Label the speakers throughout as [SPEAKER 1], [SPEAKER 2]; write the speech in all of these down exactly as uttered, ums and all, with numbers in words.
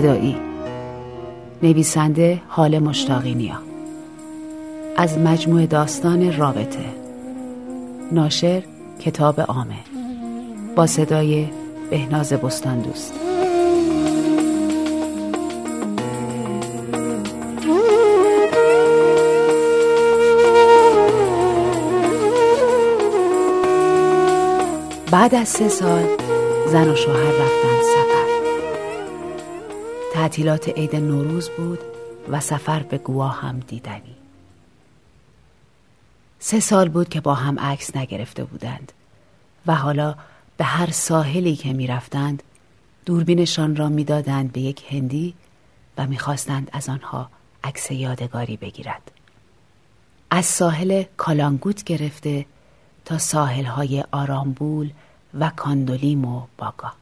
[SPEAKER 1] تدائی. نویسنده هاله مشتاقینیا. از مجموعه داستان رابطه. ناشر کتاب عامه. با صدای بهناز بستان دوست. بعد از سه سال زن و شوهر رفتند سفر. تعطیلات عید نوروز بود و سفر به گوا هم دیدنی. سه سال بود که با هم عکس نگرفته بودند و حالا به هر ساحلی که می رفتند دوربینشان را می دادند به یک هندی و می خواستند از آنها عکس یادگاری بگیرد. از ساحل کالانگوت گرفته تا ساحل‌های آرامبول و کاندولیم و باگا.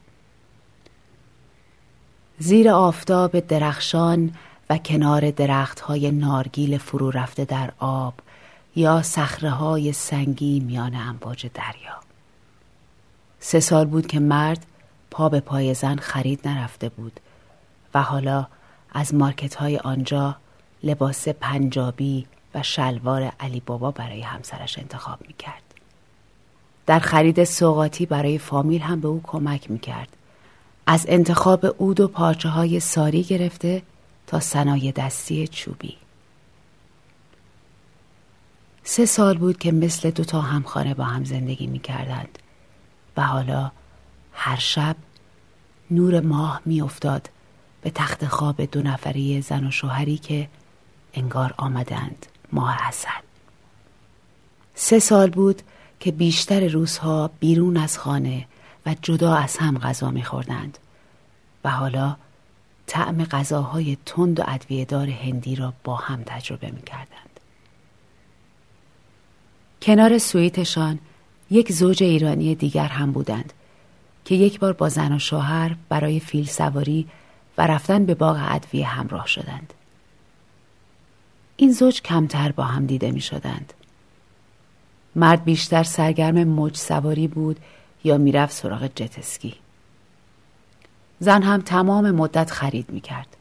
[SPEAKER 1] زیر آفتاب درخشان و کنار درخت‌های نارگیل فرو رفته در آب یا صخره‌های سنگی میان امواج دریا. سه سال بود که مرد پا به پای زن خرید نرفته بود و حالا از مارکت‌های آنجا لباس پنجابی و شلوار علی بابا برای همسرش انتخاب می‌کرد. در خرید سوغاتی برای فامیل هم به او کمک می‌کرد. از انتخاب عود و پارچه‌های ساری گرفته تا صنایع دستی چوبی. سه سال بود که مثل دو تا همخانه با هم زندگی می‌کردند و حالا هر شب نور ماه می‌افتاد به تخت خواب دو نفری زن و شوهری که انگار آمدند ماه عسل. سه سال بود که بیشتر روزها بیرون از خانه و جدا از هم غذا می‌خوردند و حالا طعم غذاهای تند و ادویه‌دار هندی را با هم تجربه می‌کردند. کنار سویتشان یک زوج ایرانی دیگر هم بودند که یک بار با زن و شوهر برای فیل سواری و رفتن به باغ ادویه همراه شدند. این زوج کمتر با هم دیده می شدند. مرد بیشتر سرگرم موج سواری بود یا می رفت سراغ جت اسکی. زن هم تمام مدت خرید می کرد.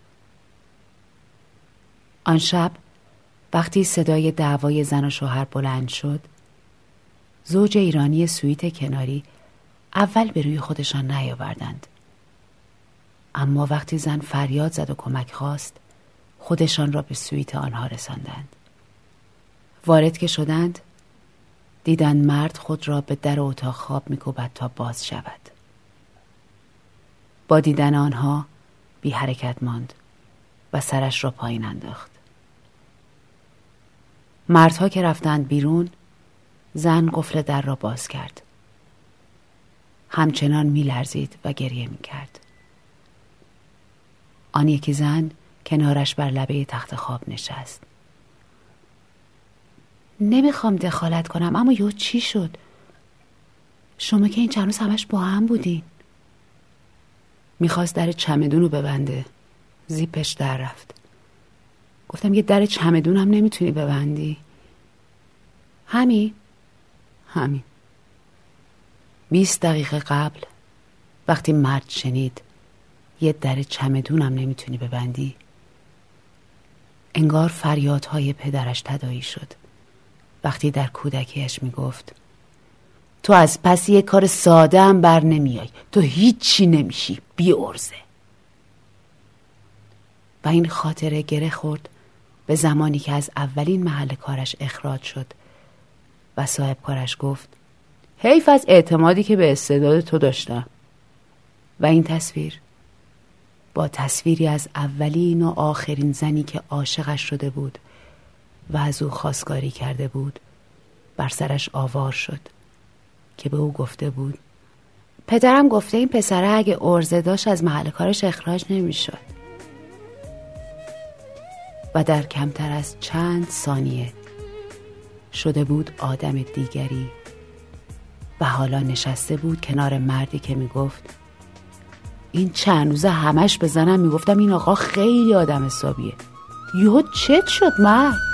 [SPEAKER 1] آن شب وقتی صدای دعوای زن و شوهر بلند شد، زوج ایرانی سویت کناری اول به روی خودشان نیاوردند. اما وقتی زن فریاد زد و کمک خواست، خودشان را به سویت آنها رساندند. وارد که شدند، دیدند مرد خود را به در اتاق خواب می‌کوبد تا باز شود. با دیدن آنها بی حرکت ماند و سرش را پایین انداخت. مردها که رفتند بیرون، زن قفل در را باز کرد. همچنان می لرزید و گریه می کرد. آن یکی زن کنارش بر لبه تخت خواب نشست. نمیخوام دخالت کنم اما یه چی شد؟ شما که این چند روز همش با هم بودین. میخواست در چمدون رو ببنده. زیپش در رفت. گفتم یه در چمدون هم نمیتونی ببندی؟ همین؟ همین. بیست دقیقه قبل وقتی مرد شنید یه در چمدون هم نمیتونی ببندی، انگار فریادهای پدرش تداعی شد وقتی در کودکیش میگفت تو از پس یه کار ساده هم بر نمیای، تو هیچی نمیشی، بی ارزه. و این خاطره گره خورد به زمانی که از اولین محل کارش اخراج شد و صاحب کارش گفت حیف از اعتمادی که به استعداد تو داشتم. و این تصویر با تصویری از اولین و آخرین زنی که عاشقش شده بود و از او خواستگاری کرده بود بر سرش آوار شد که به او گفته بود پدرم گفته این پسره اگه عرضه داشت از محل کارش اخراج نمی شد. و در کمتر از چند ثانیه شده بود آدم دیگری و حالا نشسته بود کنار مردی که می گفت این چند روزه همش بزنم می گفتم این آقا خیلی آدم حسابیه. یهو چت شد مرد.